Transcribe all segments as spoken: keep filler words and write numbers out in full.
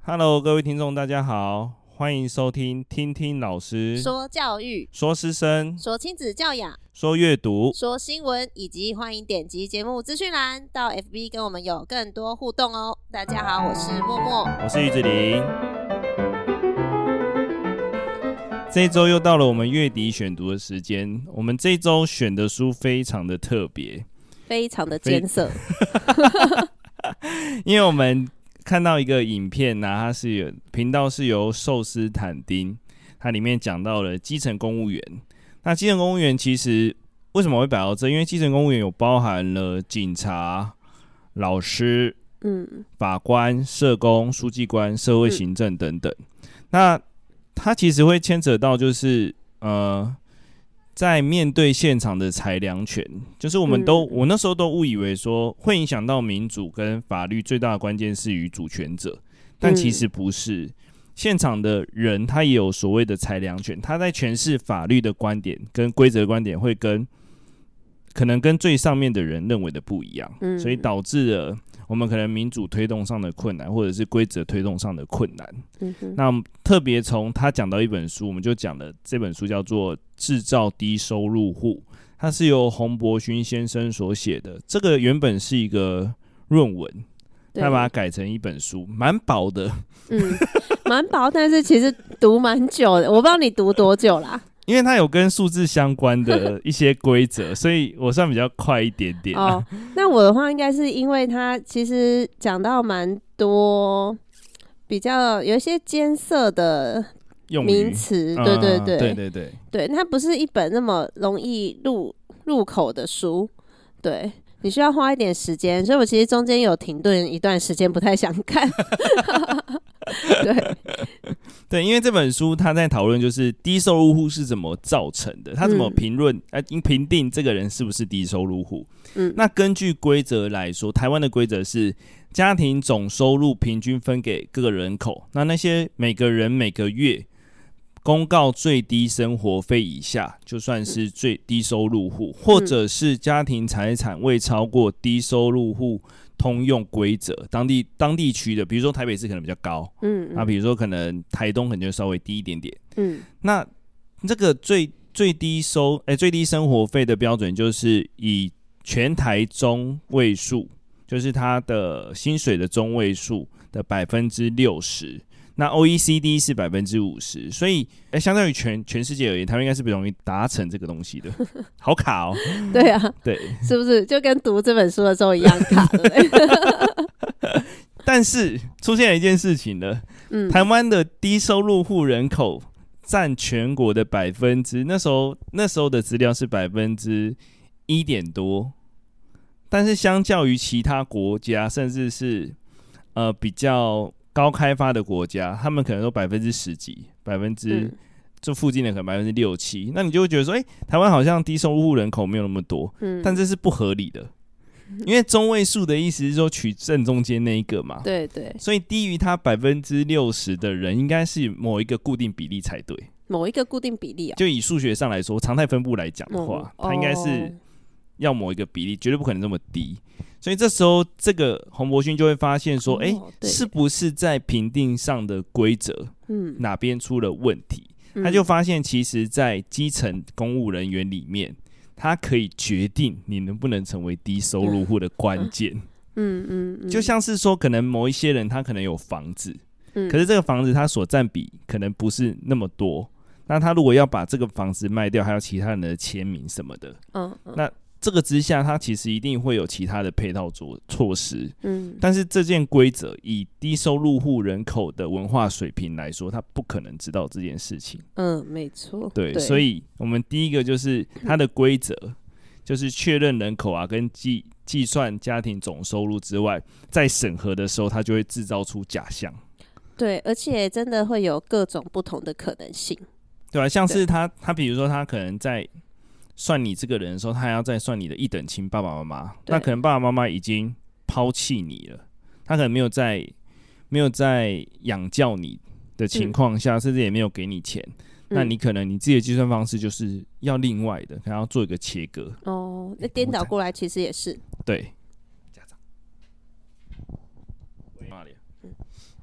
Hello， 各位听众，大家好，欢迎收听听听老师说教育、 说师生、 说亲子教养、 说阅读、 说新闻，以及欢迎点击节目资讯栏到 F B 跟我们有更多互动哦。大家好，我是默默， 我是玉子玲。这一周又到了我们月底选读的时间，我们这一周选的书非常的特别， 非常的艰涩， 因为我们看到一个影片啊，它是有频道是由寿司坦丁，它里面讲到了基层公务员。那基层公务员其实为什么会摆到这？因为基层公务员有包含了警察、老师、嗯、法官、社工、书记官、社会行政等等。嗯、那它其实会牵扯到就是呃。在面对现场的裁量权，就是我们都、嗯、我那时候都误以为说会影响到民主跟法律最大的关键是于主权者，但其实不是。嗯、现场的人他也有所谓的裁量权，他在诠释法律的观点跟规则的观点会跟可能跟最上面的人认为的不一样，嗯、所以导致了我们可能民主推动上的困难，或者是规则推动上的困难。嗯、那特别从他讲到一本书，我们就讲了这本书叫做《制造低收入户》，它是由洪伯勋先生所写的。这个原本是一个论文，他把它改成一本书，蛮薄的。嗯， 蛮薄，但是其实读蛮久的。我不知道你读多久啦。 因为它有跟数字相关的一些规则，所以我算比较快一点点、啊。 哦，那我的话应该是因为它其实讲到蛮多比较有一些艰涩的名词，对对对， 嗯、对对对， 对，它不是一本那么容易入入口的书，对。你需要花一点时间，所以我其实中间有停顿一段时间，不太想看。对对，因为这本书他在讨论就是低收入户是怎么造成的，他怎么评论、嗯、呃评定这个人是不是低收入户。嗯，那根据规则来说，台湾的规则是家庭总收入平均分给各个人口，那那些每个人每个月公告最低生活费以下，就算是最低收入户，或者是家庭财产未超过低收入户通用规则，当地当地区的，比如说台北市可能比较高，嗯，那比如说可能台东可能就稍微低一点点，嗯，那这个最最低收哎、欸、最低生活费的标准就是以全台中位数，就是他的薪水的中位数的百分之六十。那 O E C D 是百分之五十，所以、欸、相对于全全世界而言，台湾应该是不容易达成这个东西的，好卡哦。 对啊， 对， 是不是就跟读这本书的时候一样卡？对不对？ 但是出现了一件事情了，嗯、台湾的低收入户人口占全国的百分之，那时候那时候的资料是百分之一点多，但是相较于其他国家，甚至是呃比较高开发的国家，他们可能都百分之十几，百分之这附近的可能百分之六七，那你就会觉得说，哎、欸，台湾好像低收入户人口没有那么多，嗯，但这是不合理的，因为中位数的意思是说取正中间那一个嘛， 对对， 所以低于它百分之六十的人，应该是某一个固定比例才对， 某一个固定比例啊、哦， 就以数学上来说，常态分布来讲的话，嗯、它应该是要某一个比例，绝对不可能这么低。所以这时候，这个洪伯勋就会发现说，哎、哦欸，是不是在评定上的规则，嗯，哪边出了问题？嗯、他就发现，其实，在基层公务人员里面，他可以决定你能不能成为低收入户的关键。嗯嗯嗯，就像是说，可能某一些人他可能有房子，嗯，可是这个房子他所占比可能不是那么多，那他如果要把这个房子卖掉，还有其他人的签名什么的，嗯，嗯那。这个之下，它其实一定会有其他的配套措施，嗯，但是这件规则以低收入户人口的文化水平来说，他不可能知道这件事情， 嗯，没错， 对，所以我们第一个就是它的规则，就是确认人口啊，跟计计算家庭总收入之外，在审核的时候，它就会制造出假象， 对，而且真的会有各种不同的可能性， 对啊，像是他他比如说他可能在算你这个人的时候，他还要再算你的一等亲爸爸妈妈，那可能爸爸妈妈已经抛弃你了，他可能没有在没有在养教你的情况下，嗯、甚至也没有给你钱，嗯、那你可能你自己的计算方式就是要另外的，可能要做一个切割。 哦，那颠倒过来其实也是对。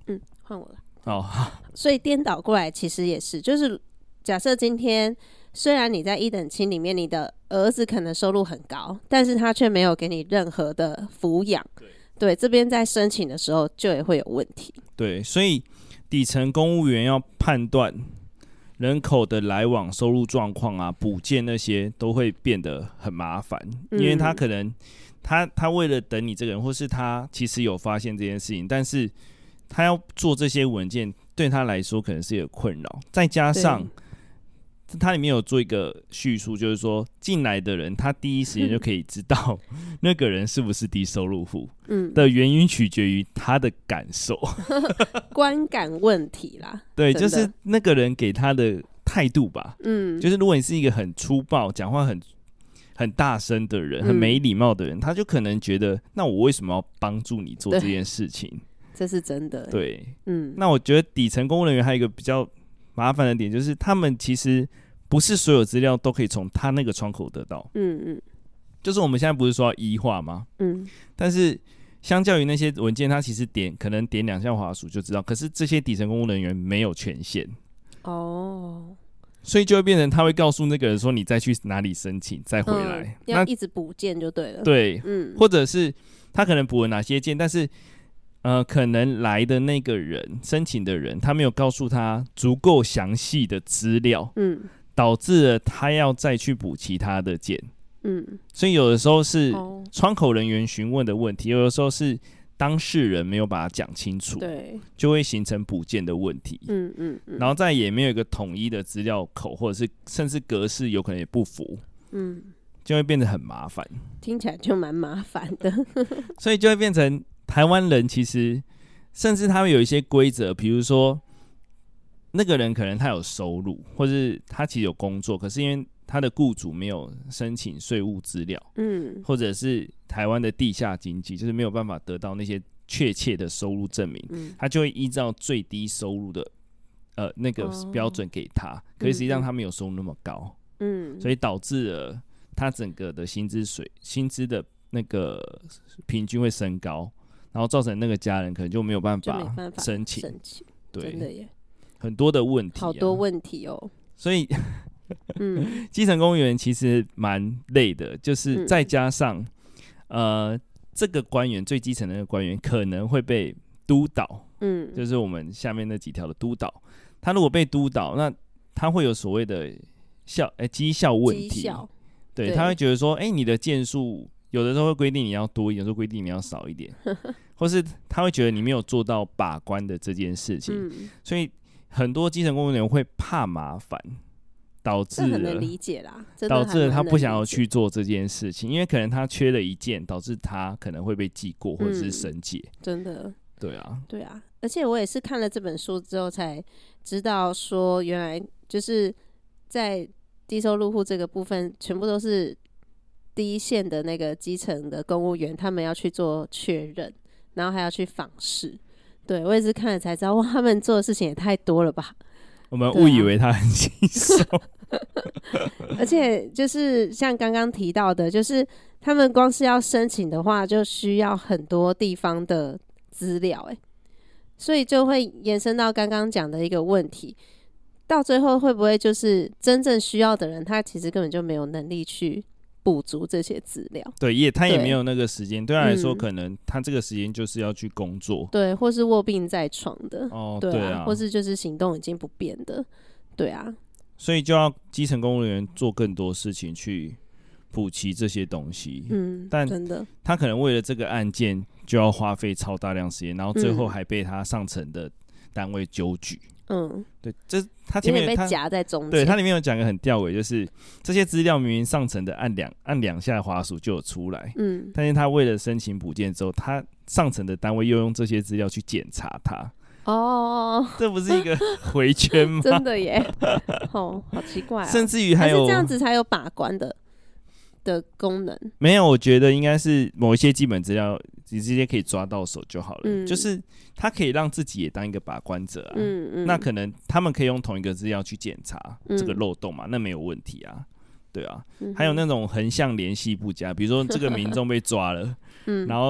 嗯，换我了。 哦， 所以颠倒过来其实也是，就是假设今天虽然你在一等亲里面，你的儿子可能收入很高，但是他却没有给你任何的抚养，对，对，这边在申请的时候就也会有问题。 对，所以底层公务员要判断人口的来往、收入状况啊、补件那些都会变得很麻烦，因为他可能他他为了等你这个人，或是他其实有发现这件事情，但是他要做这些文件，对他来说可能是有困扰，再加上它里面有做一个叙述，就是说进来的人他第一时间就可以知道那个人是不是低收入户的原因取决于他的感受观感问题啦。 对，就是那个人给他的态度吧。嗯，就是如果你是一个很粗暴讲话很很大声的人，很没礼貌的人，嗯，他就可能觉得那我为什么要帮助你做这件事情， 这是真的。 对，嗯，那我觉得底层公务人员还有一个比较麻烦的点，就是他们其实不是所有资料都可以从他那个窗口得到。嗯嗯，就是我们现在不是说要一化吗？嗯，但是相较于那些文件，他其实点可能点两下滑鼠就知道，可是这些底层公务人员没有权限。哦，所以就会变成他会告诉那个人说，你再去哪里申请，再回来，嗯， 要一直补件就对了。 对，嗯，或者是他可能补了哪些件，但是呃，可能来的那个人申请的人，他没有告诉他足够详细的资料，嗯，导致了他要再去补其他的件，嗯，所以有的时候是窗口人员询问的问题，有的时候是当事人没有把它讲清楚，对，就会形成补件的问题，嗯嗯嗯，然后再也没有一个统一的资料口，或者是甚至格式有可能也不符，嗯，就会变得很麻烦， 听起来就蛮麻烦的， 所以就会变成台湾人其实甚至他们有一些规则，比如说那个人可能他有收入，或是他其实有工作，可是因为他的雇主没有申请税务资料，嗯，或者是台湾的地下经济，就是没有办法得到那些确切的收入证明，嗯，他就会依照最低收入的呃那个标准给他，哦，可是实际上他没有收入那么高，嗯，所以导致了他整个的薪资水薪资的那个平均会升高，然后造成那个家人可能就没有办法申请，申请对，真的耶，很多的问题，啊， 好多问题哦。 所以，嗯，基层公务员其实蛮累的，就是再加上，嗯，呃，这个官员最基层的那个官员可能会被督导，嗯，就是我们下面那几条的督导，他如果被督导，那他会有所谓的效哎绩效问题，对，他会觉得说，哎，你的件数。有的时候会规定你要多一点，有的时候规定你要少一点，或是他会觉得你没有做到把关的这件事情，嗯，所以很多基层公务员会怕麻烦，导致了很能理解啦， 导致了他不想要去做这件事情，因为可能他缺了一件，导致他可能会被记过或者是申诫，嗯， 真的， 对啊， 对啊，而且我也是看了这本书之后才知道说，原来就是在低收入户这个部分，全部都是第一线的那个基层的公务员，他们要去做确认，然后还要去访视。对，我也是看了才知道，哇，他们做的事情也太多了吧。 我们误以为他很轻松， 啊，而且就是像刚刚提到的，就是他们光是要申请的话，就需要很多地方的资料，哎，所以就会延伸到刚刚讲的一个问题，到最后会不会就是真正需要的人，他其实根本就没有能力去补足这些资料， 对，也他也没有那个时间，对他来说，可能他这个时间就是要去工作， 对，或是卧病在床的， 哦， 对啊， 对啊， 或是就是行动已经不便的，对啊， 所以就要基层公务员做更多事情去补齐这些东西，嗯，但真的，他可能为了这个案件就要花费超大量时间，然后最后还被他上层的单位纠举。嗯，对，这他前面被夹在中间， 对，他里面有讲个很吊诡，就是这些资料明明上层的按两按两下滑鼠就有出来，嗯，但是他为了申请补件之后，他上层的单位又用这些资料去检查他，哦，这不是一个回圈吗？ 真的耶，哦，好奇怪，哦， 甚至于还有还是这样子才有把关的的功能。 没有，我觉得应该是某一些基本资料你直接可以抓到手就好了，嗯，就是他可以让自己也当一个把关者啊，嗯嗯，那可能他们可以用同一个资料去检查这个漏洞嘛，嗯，那没有问题啊，对啊，嗯，还有那种横向联系不佳，比如说这个民众被抓了，嗯，然后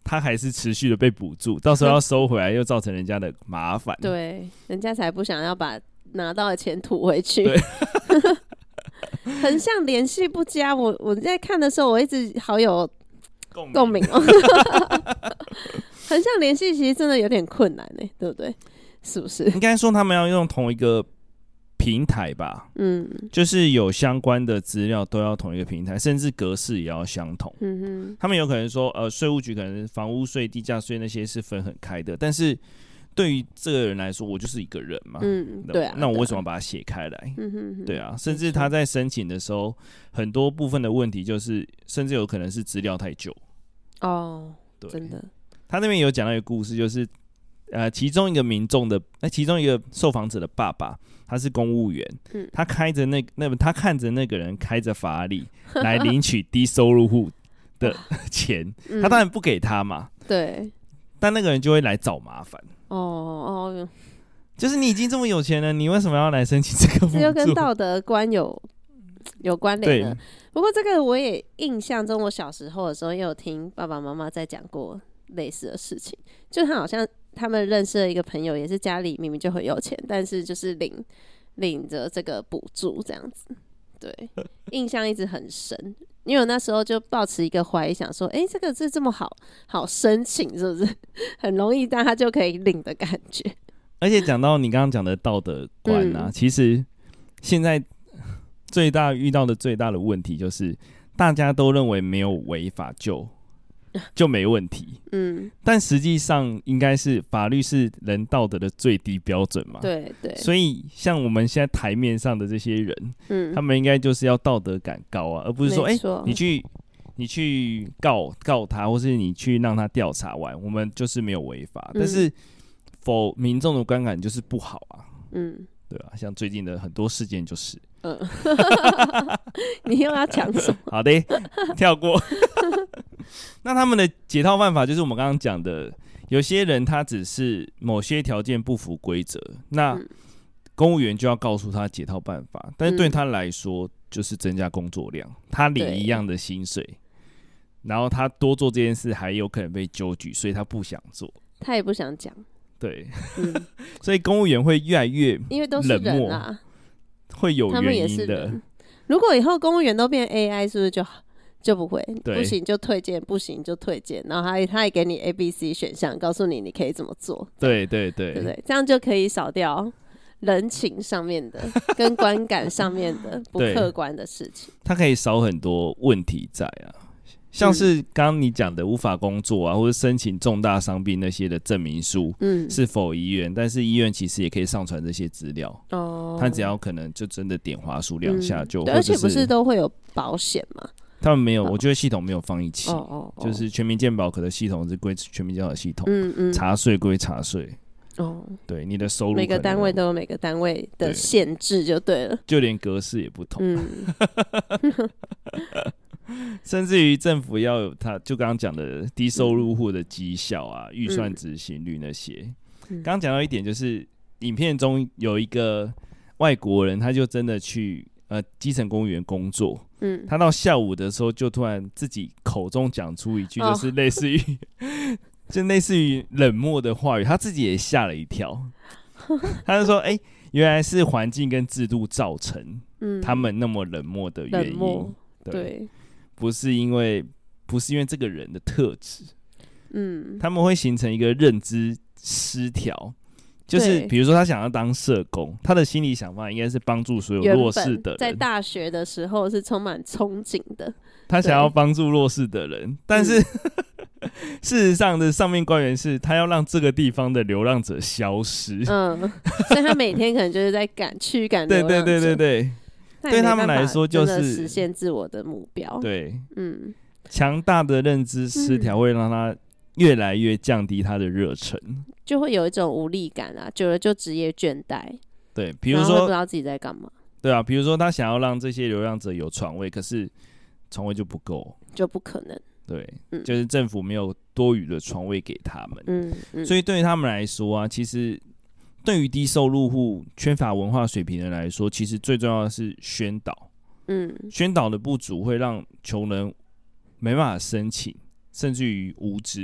他还是持续的被补助，到时候要收回来又造成人家的麻烦。 对，人家才不想要把拿到的钱吐回去。 对横向联系不佳，我我在看的时候，我一直好有共共鸣哦。横向联系其实真的有点困难呢，对不对？是不是？ 应该说他们要用同一个平台吧，嗯，就是有相关的资料都要同一个平台，甚至格式也要相同。嗯哼，他们有可能说，呃，税务局可能房屋税、地价税那些是分很开的，但是对于这个人来说，我就是一个人嘛，嗯，对啊，那我为什么把它写开来？嗯哼哼，对啊，甚至他在申请的时候，很多部分的问题就是，甚至有可能是资料太旧。哦，对，真的。他那边有讲到一个故事，就是呃，其中一个民众的，那其中一个受访者的爸爸，他是公务员，嗯、他开着那那他看着那个人开着法拉利来领取低收入户的钱，嗯、他当然不给他嘛，对，但那个人就会来找麻烦。哦哦，就是你已经这么有钱了，你为什么要来申请这个补助？ 这就跟道德观有有关联的。不过这个我也印象中，我小时候的时候也有听爸爸妈妈在讲过类似的事情，就他好像他们认识了一个朋友，也是家里明明就很有钱，但是就是领领着这个补助这样子。对，印象一直很深，因为我那时候就抱持一个怀疑，想说，哎、欸，这个是这么好好申请，是不是很容易大家就可以领的感觉？ 而且讲到你刚刚讲的道德观啊、嗯，其实现在最大遇到的最大的问题就是，大家都认为没有违法就就没问题，嗯，但实际上应该是法律是人道德的最低标准嘛， 对对， 所以像我们现在台面上的这些人，嗯，他们应该就是要道德感高啊，而不是说，哎、欸，你去你去告告他，或是你去让他调查完，我们就是没有违法，嗯、但是否民众的观感就是不好啊，嗯，对吧、啊？像最近的很多事件就是，嗯， 你又要讲什么？ 好的，跳过。那他们的解套办法就是我们刚刚讲的，有些人他只是某些条件不符规则，那公务员就要告诉他解套办法，但是对他来说就是增加工作量，他领一样的薪水，然后他多做这件事还有可能被纠举，所以他不想做， 他也不想讲， 对，嗯、所以公务员会越来越冷漠， 因为都是人啊， 会有原因的。他们也是人。如果以后公务员都变 A I， 是不是就好？就不会，不行就推荐，不行就推荐，然后他他也给你 A B C 选项，告诉你你可以怎么做。 对对对， 对不对？这样就可以少掉人情上面的跟观感上面的不客观的事情。 它可以少很多问题在啊，像是刚刚你讲的无法工作啊，或者申请重大伤病那些的证明书，嗯，是否医院？但是医院其实也可以上传这些资料。哦，他只要可能就真的点滑数两下就， 嗯、而且不是都会有保险吗？ 他们没有，我觉得系统没有放一起，哦哦哦、就是全民健保可的系统是归全民健保系统，嗯嗯，查税归查税，哦，对，你的收入每个单位都有每个单位的限制，就对了， 就连格式也不同，嗯，甚至于政府要有他，就刚刚讲的低收入户的绩效啊、预、嗯、算执行率那些，刚刚讲到一点，就是影片中有一个外国人，他就真的去呃基层公务员工作。嗯，他到下午的时候，就突然自己口中讲出一句，就是类似于，哦、就类似于冷漠的话语，他自己也吓了一跳。他就说：“哎、欸，原来是环境跟制度造成他们那么冷漠的原因。嗯、对，对，不是因为不是因为这个人的特质，嗯，他们会形成一个认知失调。”就是比如说他想要当社工，他的心理想法应该是帮助所有弱势的人。 在大学的时候是充满憧憬的， 他想要帮助弱势的人，但是、嗯、事实上的上面官员是他要让这个地方的流浪者消失。嗯， 所以他每天可能就是在赶驱赶流浪者。 对对对对对，对他们来说就是实现自我的目标。 对，嗯，强大的认知失调会让他越来越降低他的热忱。 就会有一种无力感啊，久了就职业倦怠。 对，比如说不知道自己在干嘛。 对啊，比如说他想要让这些流浪者有床位，可是床位就不够， 就不可能。 对，嗯、就是政府没有多余的床位给他们。嗯嗯，所以对于他们来说啊，其实对于低收入户、缺乏文化水平的人来说，其实最重要的是宣导。嗯，宣导的不足会让穷人没办法申请，甚至于无知。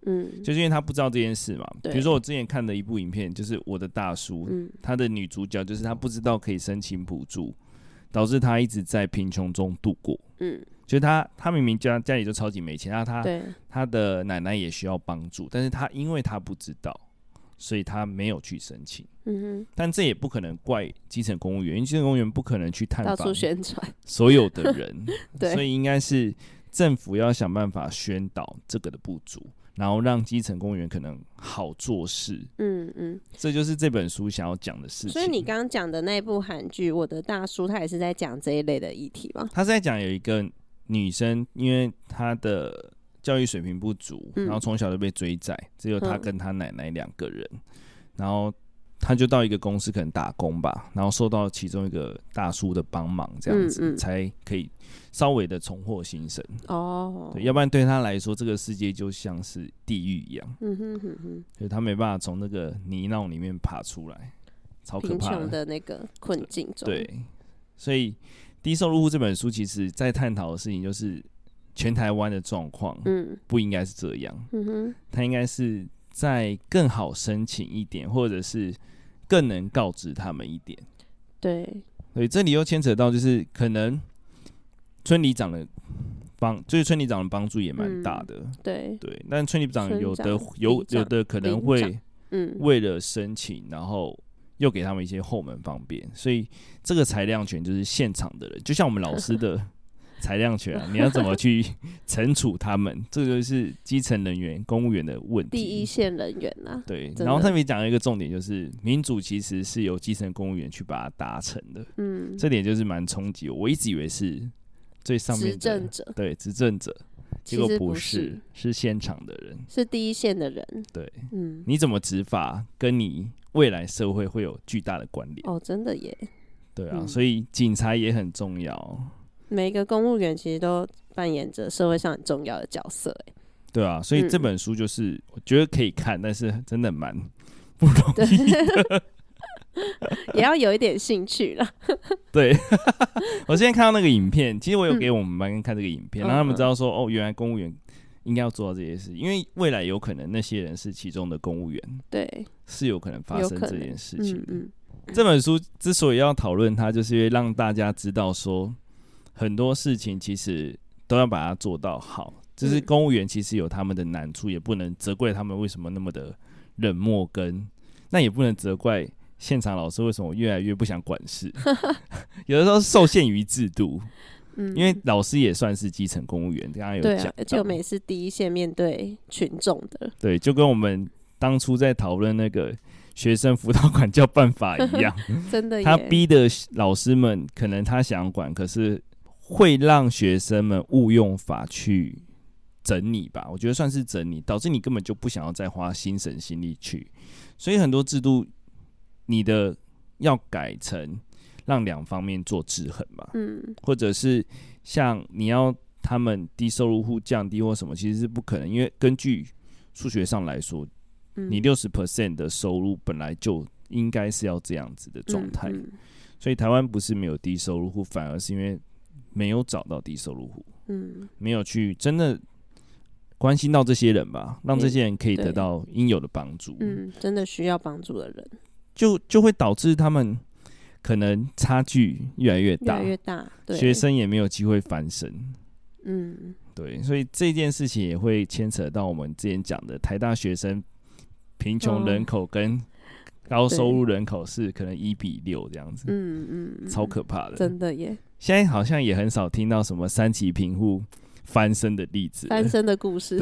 嗯， 就是因为他不知道这件事嘛。 对， 比如说我之前看的一部影片，就是我的大叔，嗯，他的女主角就是他不知道可以申请补助，导致他一直在贫穷中度过。嗯，就是他他明明家家里就超级没钱，然后他他的奶奶也需要帮助，但是他因为他不知道，所以他没有去申请。嗯哼，但这也不可能怪基层公务员，因为基层公务员不可能去探访到处宣传所有的人，所以应该是政府要想办法宣导这个的不足，然后让基层公务员可能好做事。嗯嗯，这就是这本书想要讲的事情。 所以你刚刚讲的那部韩剧《我的大叔》，他也是在讲这一类的议题吗？ 他是在讲有一个女生，因为她的教育水平不足，然后从小就被追债，只有她跟她奶奶两个人，嗯、然后她就到一个公司可能打工吧，然后受到其中一个大叔的帮忙，这样子、嗯嗯、才可以稍微的重获新生。哦，对，要不然对她来说，这个世界就像是地狱一样。嗯哼哼哼，所以她没办法从那个泥淖里面爬出来，超可怕的。 贫穷的那个困境中。 对，所以低收入户这本书其实在探讨的事情就是全台湾的状况，嗯，不应该是这样，嗯哼，它应该是再更好申请一点，或者是更能告知他们一点。 对， 所以这里又牵扯到就是可能村里长的帮，就是村里长的帮助也蛮大的，嗯、 对对，但村里长有的有有的可能会为了申请，然后又给他们一些后门方便，所以这个裁量权就是现场的人，就像我们老师的裁量权啊，你要怎么去惩处他们，这个就是基层人员、公务员的问题。 第一线人员啊， 对。然后特别讲一个重点，就是民主其实是由基层公务员去把它达成的。嗯，这点就是蛮冲击。我一直以为是最上面的执政者， 对执政者，结果不是， 其实不是，是现场的人， 是第一线的人。 对，嗯，你怎么执法，跟你未来社会会有巨大的关联。 哦，真的耶。 对啊，嗯、所以警察也很重要。 每个公务员其实都扮演着社会上很重要的角色， 对啊，所以这本书就是我觉得可以看，嗯、但是真的蛮不容易的， 也要有一点兴趣啦。 对，我现在看到那个影片，其实我有给我们班看这个影片，嗯、让他们知道说，哦，原来公务员应该要做到这些事，因为未来有可能那些人是其中的公务员， 对， 是有可能发生这件事情的。嗯嗯、这本书之所以要讨论它，就是因为让大家知道说。很多事情其实都要把它做到好，就是公务员其实有他们的难处，也不能责怪他们为什么那么的冷漠跟，那也不能责怪现场老师为什么越来越不想管事，有的时候受限于制度，嗯、因为老师也算是基层公务员，刚刚有讲到， 对啊，而且我们也是第一线面对群众的， 对，就跟我们当初在讨论那个。学生辅导管教办法一样， 真的耶， 他逼的老师们可能他想管，可是会让学生们误用法去整你吧，我觉得算是整你，导致你根本就不想要再花心神心力去，所以很多制度你的要改成让两方面做制衡嘛，嗯，或者是像你要他们低收入户降低或什么，其实是不可能，因为根据数学上来说。你 百分之六十 的收入本来就应该是要这样子的状态，嗯嗯、所以台湾不是没有低收入户，反而是因为没有找到低收入户，嗯，没有去真的关心到这些人吧，让这些人可以得到应有的帮助， 嗯，真的需要帮助的人， 就就会导致他们可能差距越来越大， 越来越大，对， 学生也没有机会翻身，嗯，对，所以这件事情也会牵扯到我们之前讲的台大学生。贫穷人口跟高收入人口是可能一比六这样子，嗯嗯，超可怕的， 真的耶！ 现在好像也很少听到什么三级贫户翻身的例子， 翻身的故事。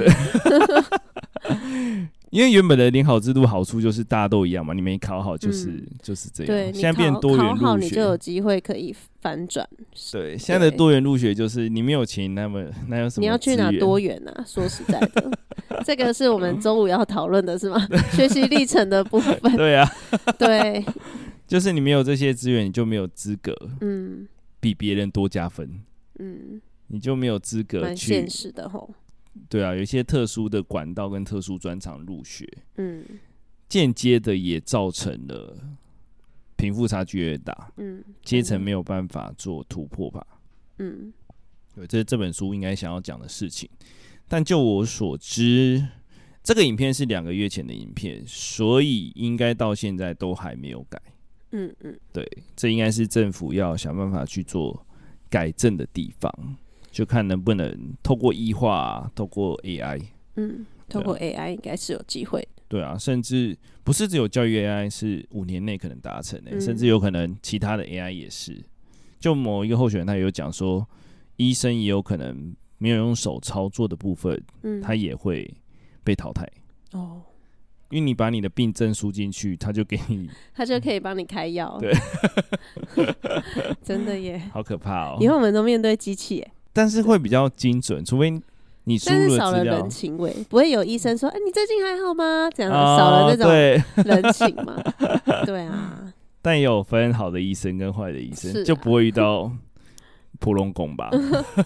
因为原本的联考制度好处就是大家都一样嘛，你没考好就是、嗯、就是这样。 对， 现在变多元入学， 考好你就有机会可以反转。 对，现在的多元入学就是你没有钱，那么那有什么？ 你要去哪多元啊？说实在的，这个是我们周五要讨论的是吗？学习历程的部分。 对啊， 对， 就是你没有这些资源，你就没有资格，嗯，比别人多加分，嗯，你就没有资格去。 蛮现实的吼。 对啊，有一些特殊的管道跟特殊专长入学，嗯，间接的也造成了贫富差距越大，嗯，阶层没有办法做突破吧，嗯，对，这是这本书应该想要讲的事情。但就我所知， 这个影片是两个月前的影片，所以应该到现在都还没有改。 嗯嗯， 对，这应该是政府要想办法去做改正的地方，就看能不能透过医化、啊，透过 A I。 嗯，透过 A I 应该是有机会的。 对啊，甚至不是只有教育 A I 是五年内可能达成的、欸嗯，甚至有可能其他的 A I 也是。就某一个候选人他也有讲说，医生也有可能没有用手操作的部分，嗯，他也会被淘汰。哦。因为你把你的病症输进去，他就给你， 他就可以帮你开药。 对， 真的耶， 好可怕哦！ 以后我们都面对机器耶， 但是会比较精准，除非你输入的资料，但是少了人情味，不会有医生说：“哎、欸，你最近还好吗？”这样、哦、少了那种人情嘛。对啊， 但也有分好的医生跟坏的医生，啊、就不会遇到普龙工吧。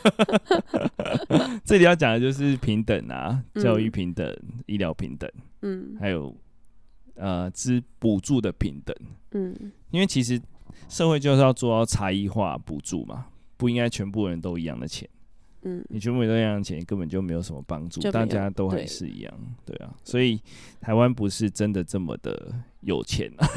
这里要讲的就是平等啊，教育平等、嗯、医疗平等。嗯，还有呃，资补助的平等，嗯，因为其实社会就是要做到差异化补助嘛，不应该全部人都一样的钱，嗯，你全部人都一样的钱，根本就没有什么帮助，大家都还是一样， 对, 对啊，所以台湾不是真的这么的有钱啊，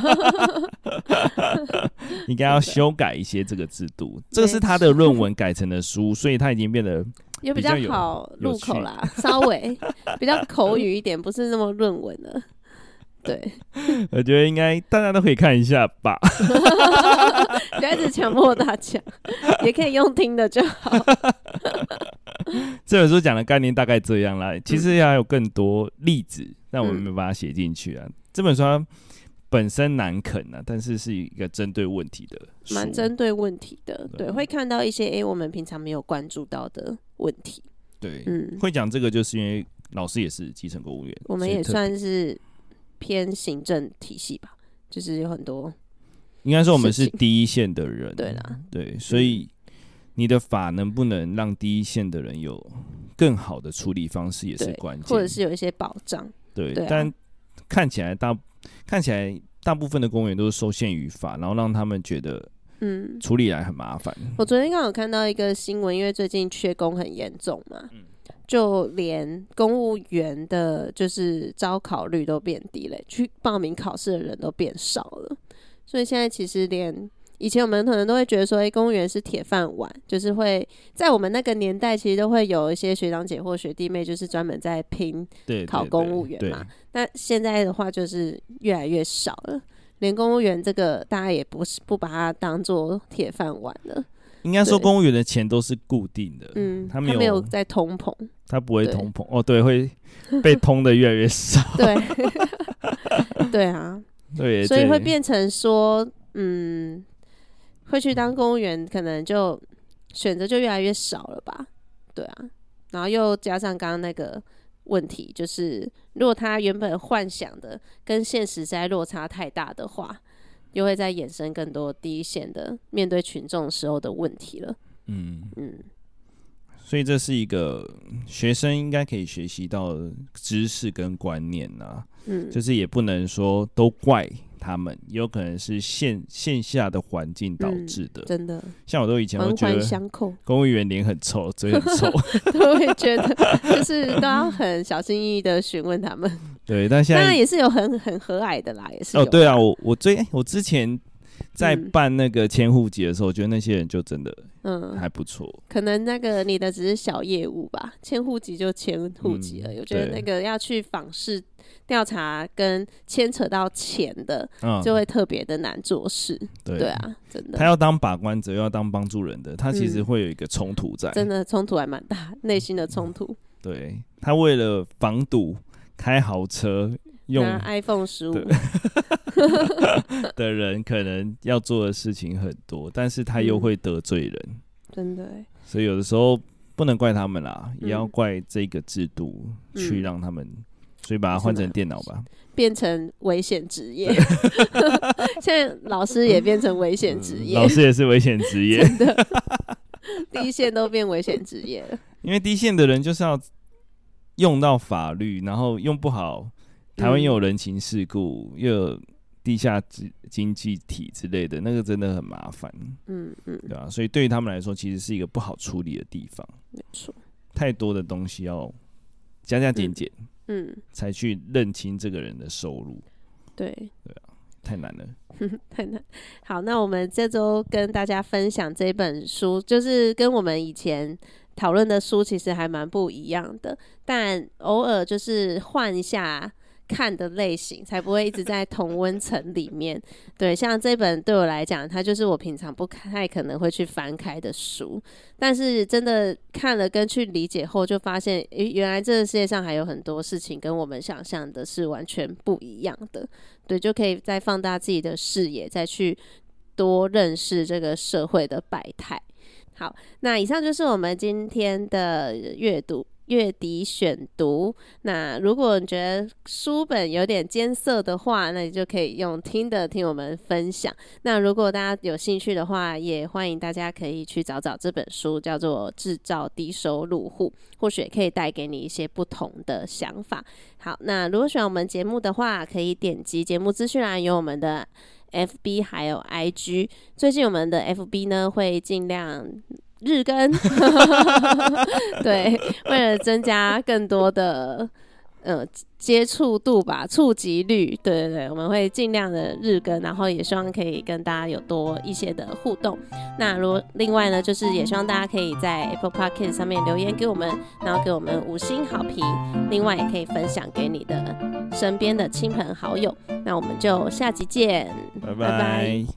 应该要修改一些这个制度，这个是他的论文改成的书，所以他已经变得。 也比较好入口啦，稍微比较口语一点，不是那么论文了。对， 我觉得应该大家都可以看一下吧。 不要一直强迫大家，也可以用听的就好。 这本书讲的概念大概这样啦，其实要有更多例子，但我们没办法写进去啊。嗯、这本书它本身难啃啊，但是是一个针对问题的书， 蛮针对问题的。对，会看到一些哎、欸，我们平常没有关注到的问题。 对，嗯，会讲这个就是因为老师也是基层公务员， 我们也算是偏行政体系吧，就是有很多， 应该说我们是第一线的人， 对啦， 对，所以你的法能不能让第一线的人有更好的处理方式也是关键， 或者是有一些保障， 对， 对啊、 但看起来大看起来大部分的公务员都是受限于法，然后让他们觉得。嗯，处理来很麻烦。 我昨天刚好看到一个新闻，因为最近缺工很严重嘛、嗯，就连公务员的，就是招考率都变低了，去报名考试的人都变少了。所以现在其实连以前我们可能都会觉得说，哎、欸，公务员是铁饭碗，就是会在我们那个年代，其实都会有一些学长姐或学弟妹，就是专门在拼考公务员嘛。那现在的话，就是越来越少了。连公务员这个，大家也不是不把它当做铁饭碗了。 应该说，公务员的钱都是固定的， 嗯， 他没有他没有在通膨， 他不会通膨哦，对，会被通的越来越少。 对，对啊， 对， 所以会变成说，嗯，会去当公务员，可能就选择就越来越少了吧？对啊，然后又加上刚刚那个。问题就是，如果他原本幻想的跟现实在落差太大的话，又会再衍生更多第一线的面对群众时候的问题了。嗯嗯， 所以这是一个学生应该可以学习到的知识跟观念啊。嗯，就是也不能说都怪他们，也有可能是线线下的环境导致的、嗯。真的，像我都以前会觉得公务员脸很臭，嘴很臭， 都会觉得就是都要很小心翼翼的询问他们。 对，但现在当然也是有很很和蔼的啦，也是有。 哦，对啊，我我最我之前在办那个迁户籍的时候、嗯，我觉得那些人就真的嗯还不错、嗯。 可能那个你的只是小业务吧，迁户籍就迁户籍了、嗯。我觉得那个要去访视。调查跟牵扯到钱的、嗯，就会特别的难做事。对, 对啊，真的。 他要当把关者，又要当帮助人的，他其实会有一个冲突在。嗯、 真的冲突还蛮大，内心的冲突。 对，他为了防堵开豪车用 iPhone 十五的人，可能要做的事情很多，但是他又会得罪人。嗯、 真的耶。 所以有的时候不能怪他们啦，嗯、也要怪这个制度去让他们。所以把它换成电脑吧， 变成危险职业。现在老师也变成危险职业、 嗯，老师也是危险职业， 真的，第一线都变危险职业了。 因为第一线的人就是要用到法律，然后用不好，台湾又有人情世故，嗯、又有地下经济体之类的，那个真的很麻烦。嗯嗯，对吧、啊？所以对于他们来说，其实是一个不好处理的地方。 没错， 太多的东西要加加减减。嗯嗯， 才去认清这个人的收入。 对， 对啊，太难了。 太难。好，那我们这周跟大家分享这本书，就是跟我们以前讨论的书其实还蛮不一样的，但偶尔就是换一下看的类型，才不会一直在同温层里面。对，像这本对我来讲，它就是我平常不太可能会去翻开的书，但是真的看了跟去理解后，就发现，诶，原来这个世界上还有很多事情跟我们想象的是完全不一样的。对，就可以再放大自己的视野，再去多认识这个社会的百态。好，那以上就是我们今天的阅读月底选读。那如果你觉得书本有点艰涩的话，那你就可以用听的听我们分享。那如果大家有兴趣的话，也欢迎大家可以去找找这本书，叫做《制造低收入户》，或许也可以带给你一些不同的想法。好，那如果喜欢我们节目的话，可以点击节目资讯栏有我们的 F B 还有 I G。 最近我们的 F B 呢会尽量日更对，为了增加更多的呃接触度吧，触及率，对对对，我们会尽量的日更，然后也希望可以跟大家有多一些的互动。那如另外呢，就是也希望大家可以在 Apple Podcast 上面留言给我们，然后给我们五星好评，另外也可以分享给你的身边的亲朋好友。那我们就下集见， 拜拜。 拜拜。